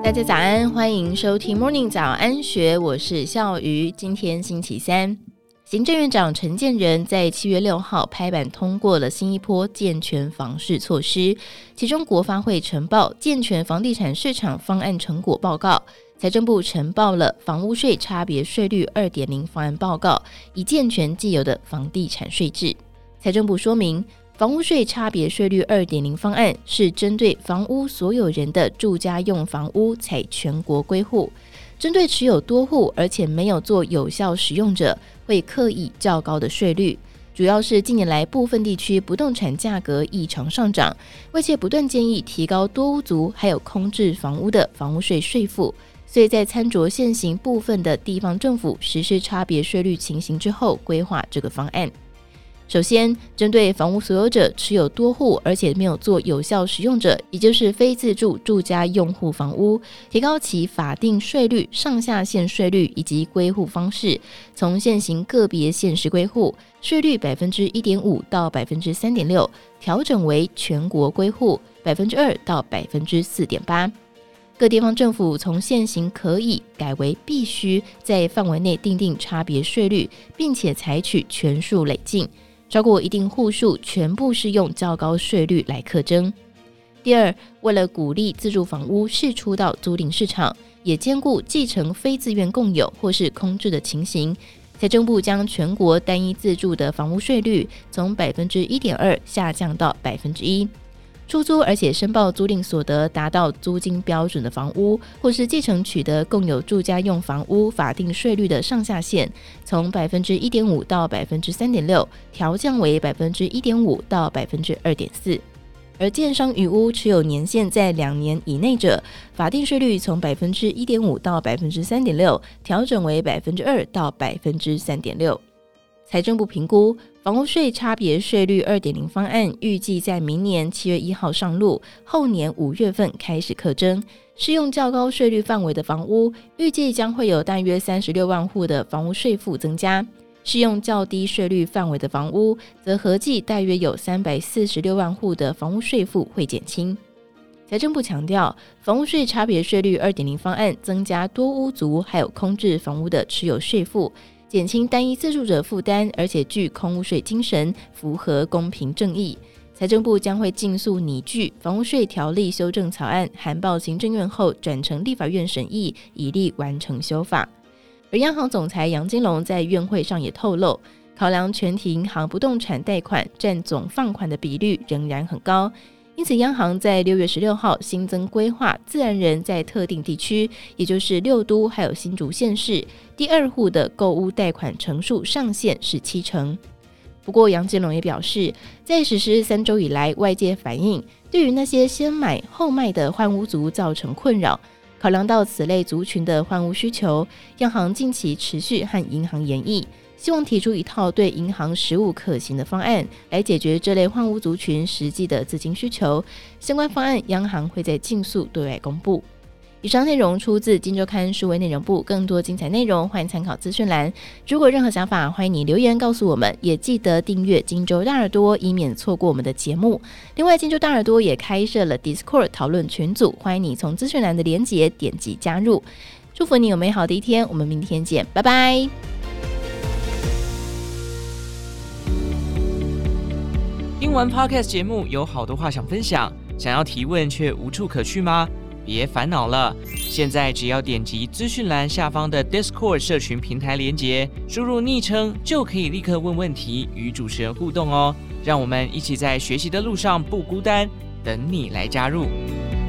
大家早安，欢迎收听 Morning 早安学，我是孝瑜。今天星期三，行政院长陈建仁在7月6号拍板通过了新一波健全房市措施，其中国发会呈报健全房地产市场方案成果报告，财政部呈报了房屋税差别税率 2.0 方案报告，以健全既有的房地产税制。财政部说明，房屋税差别税率 2.0 方案是针对房屋所有人的住家用房屋采全国归户，针对持有多户而且没有做有效使用者，会课以较高的税率。主要是近年来部分地区不动产价格异常上涨，外界不断建议提高多屋族还有空置房屋的房屋税税负，所以在参酌现行部分的地方政府实施差别税率情形之后，规划这个方案。首先，针对房屋所有者持有多户而且没有做有效使用者，也就是非自住住家用户房屋，提高其法定税率、上下限税率以及归户方式，从现行个别县市归户税率 1.5% 到 3.6%， 调整为全国归户 2% 到 4.8%。各地方政府从现行可以改为必须在范围内订定差别税率，并且采取全数累进，超过一定户数全部是用较高税率来课征。第二，为了鼓励自住房屋释出到租赁市场，也兼顾继承非自愿共有或是空置的情形，财政部将全国单一自住的房屋税率从 1.2% 下降到 1%。出租而且申报租赁所得达到租金标准的房屋，或是继承取得共有住家用房屋法定税率的上下限，从 1.5% 到 3.6%， 调降为 1.5% 到 2.4%。而建商余屋持有年限在2年以内者，法定税率从 1.5% 到 3.6%， 调整为 2% 到 3.6%。财政部评估，房屋税差别税率 2.0 方案预计在明年7月1号上路，后年5月份开始课征。适用较高税率范围的房屋，预计将会有大约36万户的房屋税负增加；适用较低税率范围的房屋，则合计大约有346万户的房屋税负会减轻。财政部强调，房屋税差别税率 2.0 方案增加多屋族还有空置房屋的持有税负，减轻单一自住者负担，而且具空屋税精神，符合公平正义。财政部将会尽速拟具房屋税条例修正草案，函报行政院后转成立法院审议，以利完成修法。而央行总裁杨金龙在院会上也透露，考量全体银行不动产贷款占总放款的比率仍然很高，因此央行在6月16号新增规划自然人在特定地区，也就是6都还有新竹县市，第二户的购屋贷款成数上限是70%。不过杨金龙也表示，在实施3周以来，外界反映对于那些先买后卖的换屋族造成困扰，考量到此类族群的换屋需求，央行近期持续和银行研议，希望提出一套对银行实务可行的方案，来解决这类换屋族群实际的资金需求。相关方案央行会在尽速对外公布。以上内容出自今周刊数位内容部，更多精彩内容欢迎参考资讯栏。如果任何想法，欢迎你留言告诉我们，也记得订阅今周大耳朵，以免错过我们的节目。另外，今周大耳朵也开设了 Discord 讨论群组，欢迎你从资讯栏的连结点击加入。祝福你有美好的一天，我们明天见，拜拜。 听完 Podcast 节目有好多话想分享，想要提问却无处可去吗？别烦恼了，现在只要点击资讯栏下方的 Discord 社群平台连结，输入昵称就可以立刻问问题，与主持人互动哦。让我们一起在学习的路上不孤单，等你来加入。